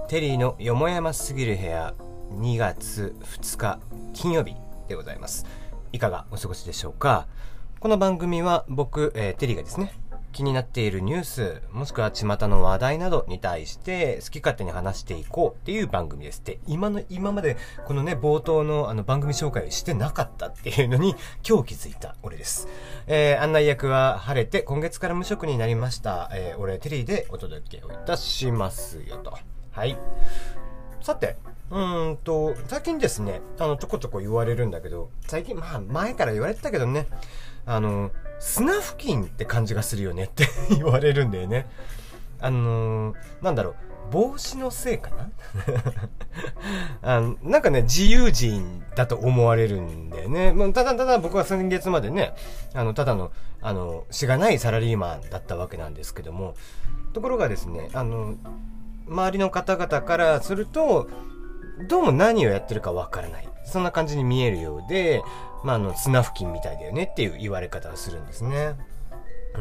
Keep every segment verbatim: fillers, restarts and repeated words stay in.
テリーのよもやますぎる部屋にがつふつか金曜日でございます。いかがお過ごしでしょうか。この番組は僕、えー、テリーがですね、気になっているニュースもしくは巷の話題などに対して好き勝手に話していこうっていう番組です。で、今の今までこのね冒頭のあの番組紹介をしてなかったっていうのに今日気づいた俺です。えー、案内役は晴れて今月から無職になりました、えー、俺テリーでお届けをいたしますよと。はい。さて、うーんと最近ですね、あのちょこちょこ言われるんだけど、最近まあ前から言われてたけどね、あの砂付近って感じがするよねって言われるんだよね。あのー、なんだろう、帽子のせいかなあのなんかね、自由人だと思われるんだよね。まあ、ただただ僕は先月までね、あのただのあのしがないサラリーマンだったわけなんですけども、ところがですね、あの周りの方々からするとどうも何をやってるかわからない、そんな感じに見えるようで、まあ、あの砂付近みたいだよねっていう言われ方をするんですね。うん。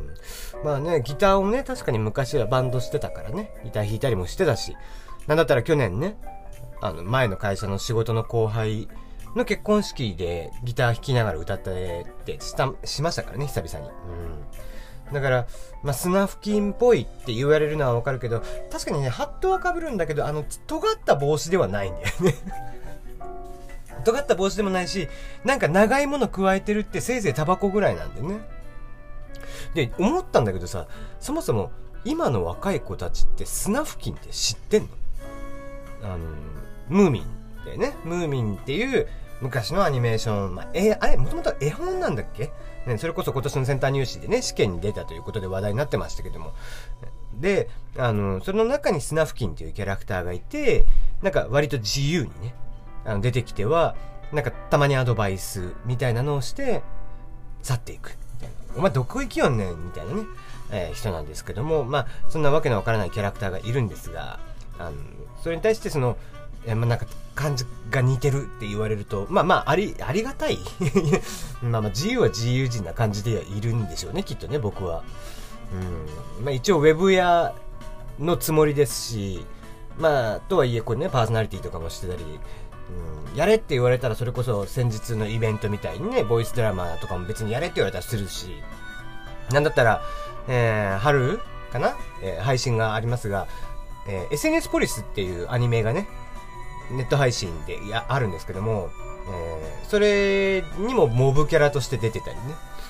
まあね、ギターをね、確かに昔はバンドしてたからね、ギター弾いたりもしてたし、なんだったら去年ね、あの前の会社の仕事の後輩の結婚式でギター弾きながら歌ってってしたしましたからね、久々に。うん。だから、まあ、砂付近っぽいって言われるのはわかるけど、確かにね、ハットは被るんだけど、あの尖った帽子ではないんだよね。尖った帽子でもないし、なんか長いもの加えてるってせいぜいタバコぐらいなんでね。で、思ったんだけどさ、そもそも今の若い子たちって砂付近って知ってんの？あの、ムーミンだよね。ムーミンっていう昔のアニメーション、まあ、えー、あれ、もともと絵本なんだっけ？ね、それこそ今年のセンター入試でね、試験に出たということで話題になってましたけども。で、あの、その中に砂付近っていうキャラクターがいて、なんか割と自由にね、あの出てきては、なんかたまにアドバイスみたいなのをして去っていくみたいな、お前どこ行きよんねんみたいなね、えー、人なんですけども、まあそんなわけのわからないキャラクターがいるんですが、あのそれに対してその、えー、まあなんか感じが似てるって言われると、まあまあありありがたいまあまあ自由は自由人な感じではいるんでしょうね、きっとね、僕は。うん、まあ一応ウェブ屋のつもりですし、まあとはいえこれね、パーソナリティとかもしてたり、うん、やれって言われたらそれこそ先日のイベントみたいにね、ボイスドラマとかも別にやれって言われたらするし、なんだったら、えー、春かな、えー、配信がありますが、えー、エスエヌエス ポリスっていうアニメがね、ネット配信でやあるんですけども、えー、それにもモブキャラとして出てたりね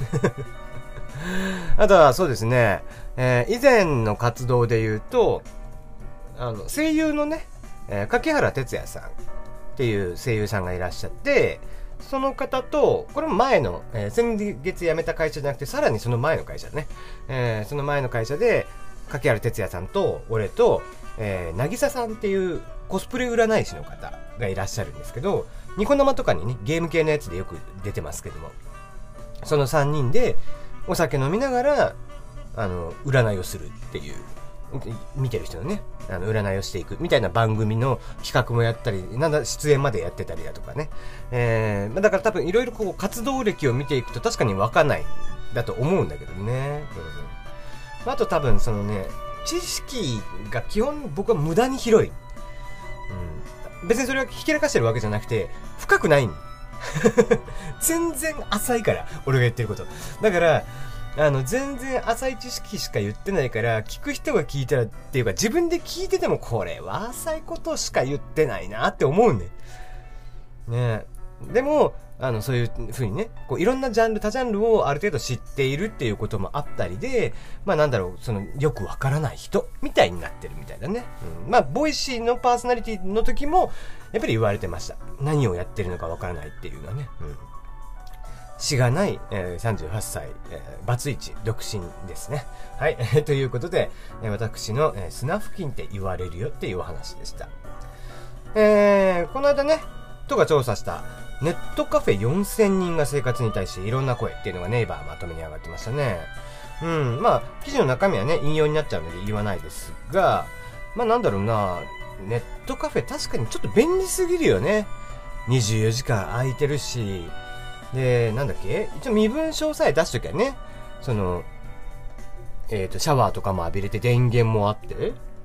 あとはそうですね、えー、以前の活動で言うと、あの声優のね、えー、柿原哲也さんっていう声優さんがいらっしゃって、その方と、これも前の、えー、先月辞めた会社じゃなくて、さらにその前の会社ね、えー、その前の会社で柿原哲也さんと俺と、えー、渚さんっていうコスプレ占い師の方がいらっしゃるんですけど、ニコ生とかにね、ゲーム系のやつでよく出てますけども、そのさんにんでお酒飲みながらあの占いをするっていう、見てる人のね、あの占いをしていくみたいな番組の企画もやったり、なんだ出演までやってたりだとかね、えー、だから多分いろいろこう活動歴を見ていくと確かに分かんないだと思うんだけどね、うん、あと多分そのね、知識が基本僕は無駄に広い、うん、別にそれはひけらかしてるわけじゃなくて深くない全然浅いから俺が言ってること、だからあの全然浅い知識しか言ってないから、聞く人が聞いたらっていうか自分で聞いててもこれは浅いことしか言ってないなって思うんだよね。でもあのそういう風にね、こういろんなジャンル多ジャンルをある程度知っているっていうこともあったりで、まあなんだろう、そのよくわからない人みたいになってるみたいだね、うん、まあボイシーのパーソナリティの時もやっぱり言われてました。何をやってるのかわからないっていうのはね、うん、しがない、えー、さんじゅうはっさい、えー、バツイチ独身ですね。はい、ということで、えー、私の、えー、砂付近って言われるよっていうお話でした。えー、この間ね、都が調査したネットカフェよんせんにんが生活に対していろんな声っていうのがネイバーまとめに上がってましたね。うん、まあ記事の中身はね引用になっちゃうので言わないですが、まあなんだろうな、ネットカフェ確かにちょっと便利すぎるよね。にじゅうよじかん空いてるし、で、なんだっけ、一応身分証さえ出しときゃね、その、えっと、シャワーとかも浴びれて電源もあって、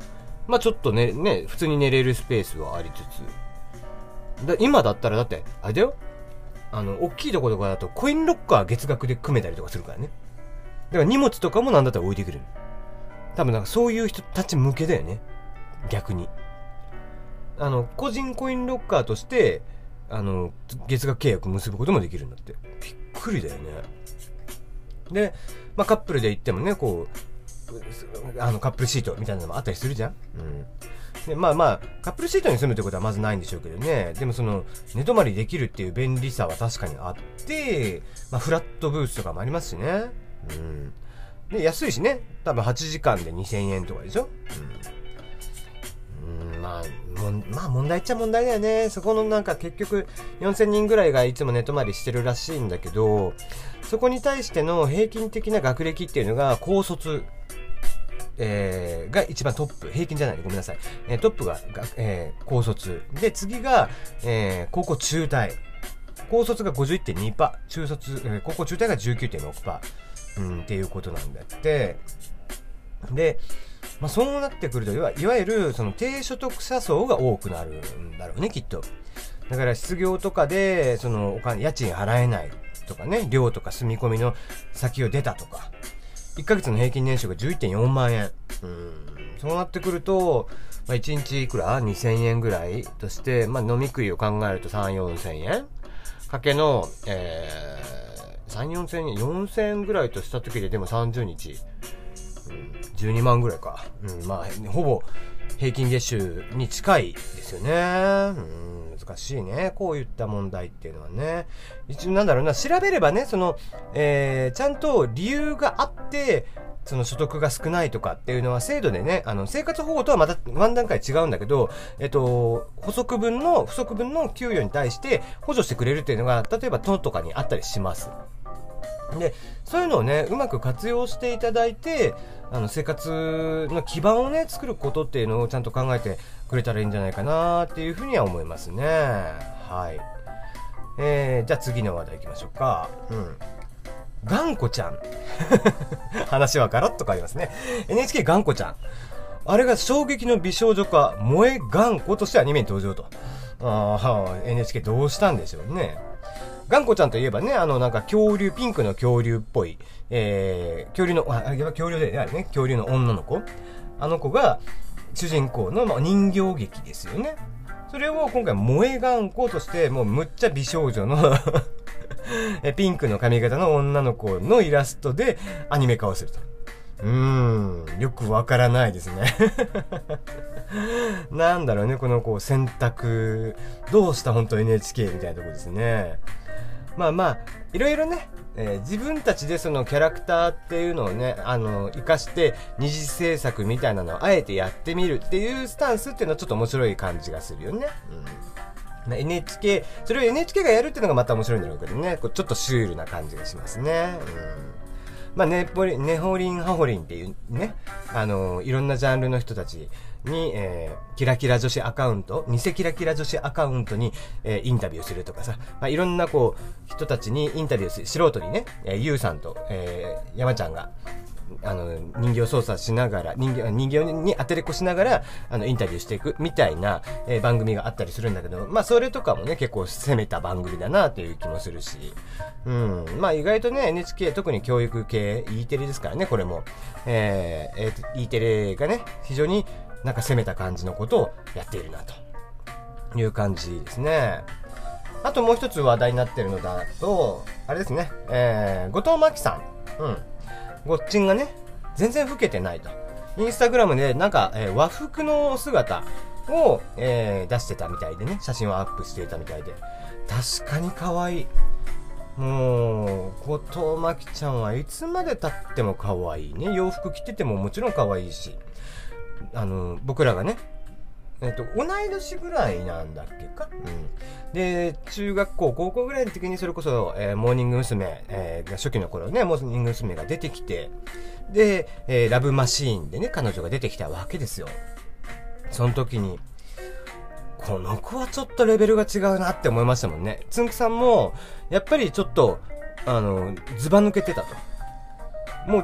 まあちょっとね、ね、普通に寝れるスペースはありつつ。だ今だったらだって、あれだよ。あの、大きいところとかだとコインロッカー月額で組めたりとかするからね。だから荷物とかもなんだったら置いてくれる。多分なんかそういう人たち向けだよね。逆に。あの、個人コインロッカーとして、あの、月額契約結ぶこともできるんだって。びっくりだよね。で、まあカップルで行ってもね、こう、あの、カップルシートみたいなのもあったりするじゃん。うん。で、まあまあ、カップルシートに住むってことはまずないんでしょうけどね。でもその、寝泊まりできるっていう便利さは確かにあって、まあフラットブースとかもありますしね。うん。で、安いしね。多分はちじかんでにせんえんとかでしょ。うん。うん、まあ、もん、まあ問題っちゃ問題だよね。そこのなんか結局よんせんにんぐらいがいつも寝泊まりしてるらしいんだけど、そこに対しての平均的な学歴っていうのが高卒、えー、が一番トップ。平均じゃない。ごめんなさい。えー、トップが、がえー、高卒。で、次が、えー、高校中退。高卒が ごじゅういってんにパーセント。中卒、えー、高校中退が じゅうきゅうてんろくパーセント。うん、っていうことなんだって。で、まあ、そうなってくると、いわ、いわゆる、その低所得者層が多くなるんだろうね、きっと。だから失業とかで、そのお金、家賃払えないとかね、寮とか住み込みの先を出たとか。いっかげつの平均年収が じゅういってんよんまんえん。うん。そうなってくると、まあ、いちにちいくら ?にせんえんぐらいとして、まあ、飲み食いを考えるとさん、よんせんえんかけの、えー、さん、よんせんえん、よんせんえんぐらいとした時ででもさんじゅうにち、うん、じゅうにまんぐらいか。うん、まあ、ほぼ平均月収に近いですよね。うん難しいね。こういった問題っていうのはね。一応なんだろうな、調べればね、その、えー、ちゃんと理由があって、その所得が少ないとかっていうのは制度でね、あの、生活保護とはまたワン段階違うんだけど、えっと、補足分の、不足分の給与に対して補助してくれるっていうのが、例えば都とかにあったりします。で、そういうのをね、うまく活用していただいて、あの、生活の基盤をね、作ることっていうのをちゃんと考えてくれたらいいんじゃないかなっていうふうには思いますね。はい。えー、じゃあ次の話題行きましょうか。うん。頑固ちゃん。話はガラッと変わりますね。エヌエイチケー 頑固ちゃん。あれが衝撃の美少女化、萌え頑固としてアニメに登場と。ああ、エヌエイチケー どうしたんでしょうね。頑固ちゃんといえばね、あの、なんか恐竜、ピンクの恐竜っぽい、えー、恐竜の、あ、あれは恐竜で、あれね、恐竜の女の子。あの子が、主人公の、まあ、人形劇ですよね。それを今回、萌え頑固として、もうむっちゃ美少女のえ、ピンクの髪型の女の子のイラストでアニメ化をすると。うーん、よくわからないですね。なんだろうね、このこう選択、どうした本当 エヌエイチケー みたいなところですね。まあまあ、いろいろね、えー、自分たちでそのキャラクターっていうのをね、あの、活かして二次制作みたいなのをあえてやってみるっていうスタンスっていうのはちょっと面白い感じがするよね。うん。エヌエイチケー、それを エヌエイチケー がやるっていうのがまた面白いんだろうけどね、こうちょっとシュールな感じがしますね。うん。まあ、ねぽり、ねほりんはほりんっていうね、あの、いろんなジャンルの人たちに、えー、キラキラ女子アカウント、偽キラキラ女子アカウントに、えー、インタビューするとかさ、まあ、いろんなこう、人たちにインタビューする、素人にね、えー、ゆうさんと、えー、山ちゃんが、あの、人形操作しながら、人形、人形に当てれこしながら、あの、インタビューしていくみたいな、えー、番組があったりするんだけど、まあ、それとかもね、結構攻めた番組だなという気もするし、うん。まあ、意外とね、エヌエイチケー、特に教育系、E テレですからね、これも。えー、えー、E テレがね、非常になんか攻めた感じのことをやっているな、という感じですね。あともう一つ話題になってるのだと、あれですね、えー、後藤真希さん。うん。ごっちんがね、全然老けてないと。インスタグラムでなんか、えー、和服の姿を、えー、出してたみたいでね、写真をアップしていたみたいで。確かに可愛い。もう、後藤真希ちゃんはいつまで経っても可愛いね。洋服着ててももちろん可愛いし。あの、僕らがね、えっと、同い年ぐらいなんだっけか、うん、で、中学校、高校ぐらいの時にそれこそ、えー、モーニング娘。えー、が初期の頃ね、モーニング娘。が出てきて、で、えー、ラブマシーンでね、彼女が出てきたわけですよ。その時に、この子はちょっとレベルが違うなって思いましたもんね。つんくさんも、やっぱりちょっと、あの、ずば抜けてたと。もう、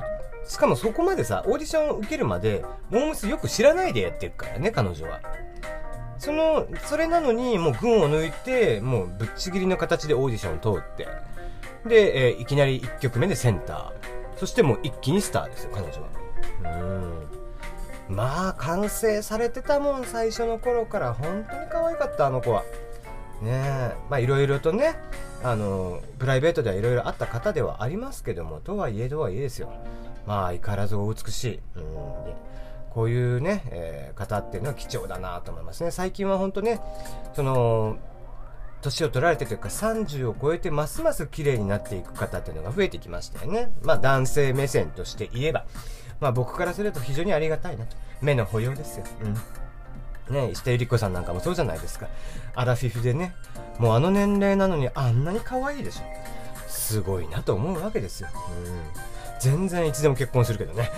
しかもそこまでさ、オーディションを受けるまでモームスよく知らないでやってるからね、彼女は。そのそれなのにもう群を抜いて、もうぶっちぎりの形でオーディションを通って、で、えー、いきなりいっきょくめでセンター、そしてもう一気にスターですよ、彼女は。うーん、まあ完成されてたもん、最初の頃から。本当に可愛かった、あの子はね。えまあいろいろとね、あのプライベートではいろいろあった方ではありますけども、とはいえとはいえですよ、まあ相変わらずお美しい。うん、でこういうね、えー、方っていうのは貴重だなと思いますね。最近は本当ね、その年を取られてというかさんじゅうを超えてますます綺麗になっていく方っていうのが増えてきましたよね。まあ男性目線として言えば、まあ僕からすると非常にありがたいなと。目の保養ですよ。うん。ね、石田ゆり子さんなんかもそうじゃないですか。アラフィフでね、もうあの年齢なのにあんなに可愛いでしょ。すごいなと思うわけですよ。うん。全然いつでも結婚するけどね。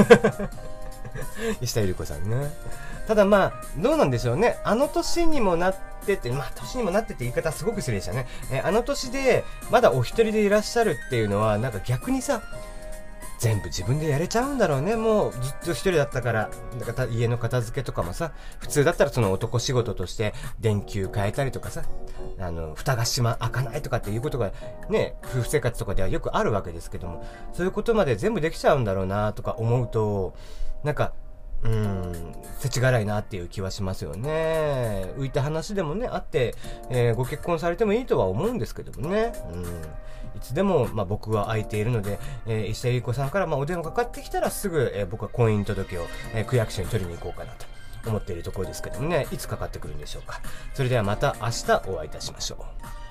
石田ゆり子さんね。ただまあどうなんでしょうね。あの年にもなってて、まあ年にもなってって言い方すごく失礼でしたね。えあの年でまだお一人でいらっしゃるっていうのは、なんか逆にさ、全部自分でやれちゃうんだろうね。もうずっと一人だったから。だから家の片付けとかもさ、普通だったらその男仕事として電球変えたりとかさ、あの蓋が閉ま開かないとかっていうことがね、夫婦生活とかではよくあるわけですけども、そういうことまで全部できちゃうんだろうなとか思うと、なんかうーん、世知辛いなっていう気はしますよね。浮いた話でもねあって、えー、ご結婚されてもいいとは思うんですけどもね。うん、いつでも、まあ、僕は空いているので、えー、石田ゆり子さんから、まあ、お電話かかってきたらすぐ、えー、僕は婚姻届を、えー、区役所に取りに行こうかなと思っているところですけどもね。いつかかってくるんでしょうか。それではまた明日お会いいたしましょう。